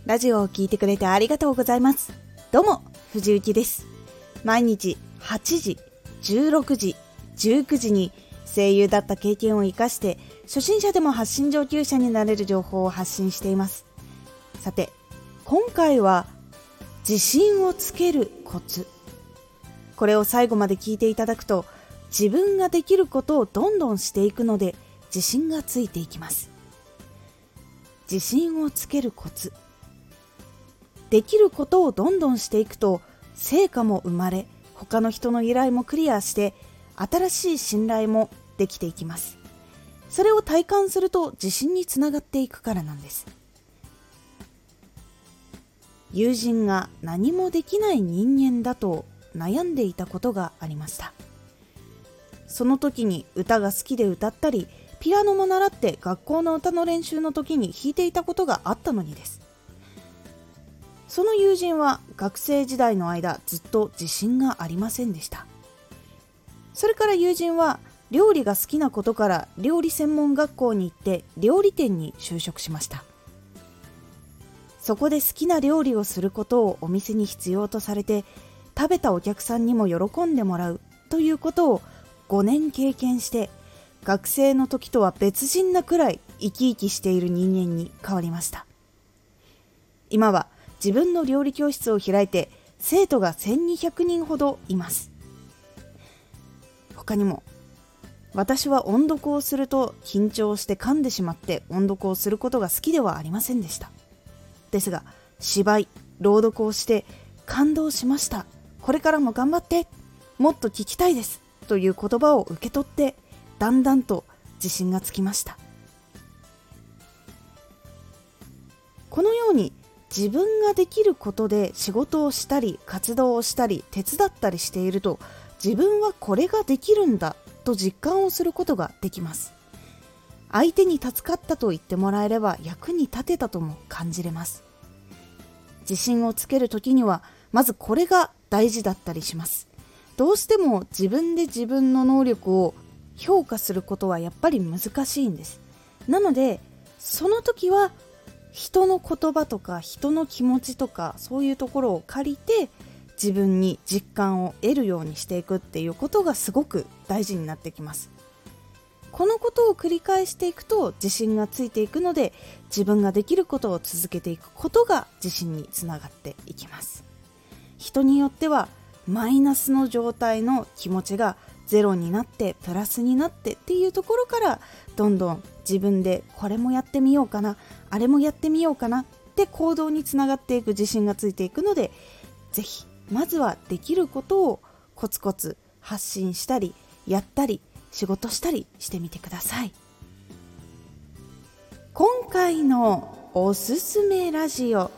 ラジオを聞いてくれてありがとうございます。どうも、藤幸です。毎日8時、16時、19時に声優だった経験を生かして初心者でも発信上級者になれる情報を発信しています。さて、今回は自信をつけるコツ。これを最後まで聞いていただくと、自分ができることをどんどんしていくので自信がついていきます。自信をつけるコツ。できることをどんどんしていくと成果も生まれ、他の人の依頼もクリアして新しい信頼もできていきます。それを体感すると自信につながっていくからなんです。友人が何もできない人間だと悩んでいたことがありました。その時に歌が好きで歌ったり、ピアノも習って学校の歌の練習の時に弾いていたことがあったのにです。その友人は学生時代の間ずっと自信がありませんでした。それから友人は料理が好きなことから料理専門学校に行って料理店に就職しました。そこで好きな料理をすることをお店に必要とされて、食べたお客さんにも喜んでもらうということを5年経験して、学生の時とは別人なくらい生き生きしている人間に変わりました。今は自分の料理教室を開いて生徒が1200人ほどいます。他にも、私は音読をすると緊張して噛んでしまって音読をすることが好きではありませんでした。ですが芝居、朗読をして感動しました。これからも頑張って、もっと聞きたいですという言葉を受け取ってだんだんと自信がつきました。このように自分ができることで仕事をしたり活動をしたり手伝ったりしていると、自分はこれができるんだと実感をすることができます。相手に助かったと言ってもらえれば役に立てたとも感じれます。自信をつけるときにはまずこれが大事だったりします。どうしても自分で自分の能力を評価することはやっぱり難しいんです。なのでその時は人の言葉とか人の気持ちとかそういうところを借りて自分に実感を得るようにしていくっていうことがすごく大事になってきます。このことを繰り返していくと自信がついていくので、自分ができることを続けていくことが自信につながっていきます。人によってはマイナスの状態の気持ちがゼロになってプラスになってっていうところからどんどん自分でこれもやってみようかな、あれもやってみようかなって行動につながっていく自信がついていくので、ぜひまずはできることをコツコツ発信したりやったり仕事したりしてみてください。今回のおすすめラジオ。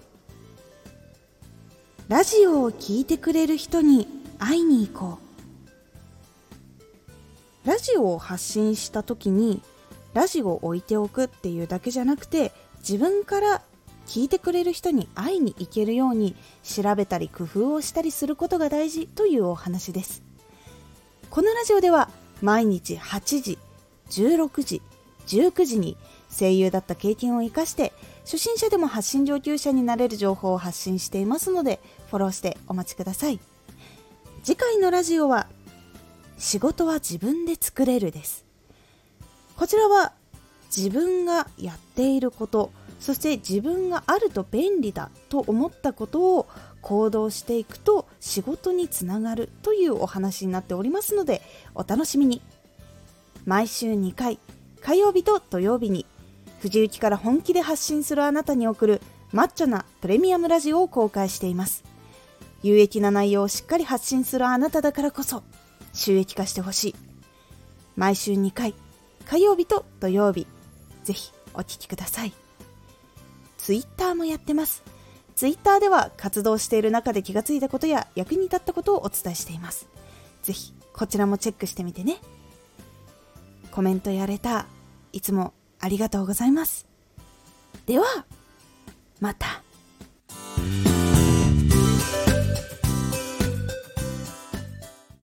ラジオを聞いてくれる人に会いに行こう。ラジオを発信した時にラジオを置いておくっていうだけじゃなくて、自分から聞いてくれる人に会いに行けるように調べたり工夫をしたりすることが大事というお話です。このラジオでは毎日8時、16時、19時に声優だった経験を生かして初心者でも発信上級者になれる情報を発信していますので、フォローしてお待ちください。次回のラジオは仕事は自分で作れるです。こちらは自分がやっていること、そして自分があると便利だと思ったことを行動していくと仕事につながるというお話になっておりますので、お楽しみに。毎週2回、火曜日と土曜日に藤雪から本気で発信するあなたに送るマッチョなプレミアムラジオを公開しています。有益な内容をしっかり発信するあなただからこそ収益化してほしい。毎週2回、火曜日と土曜日、ぜひお聞きください。ツイッターもやってます。ツイッターでは活動している中で気がついたことや役に立ったことをお伝えしています。ぜひこちらもチェックしてみてね。コメントやレター、いつもありがとうございます。ではまた。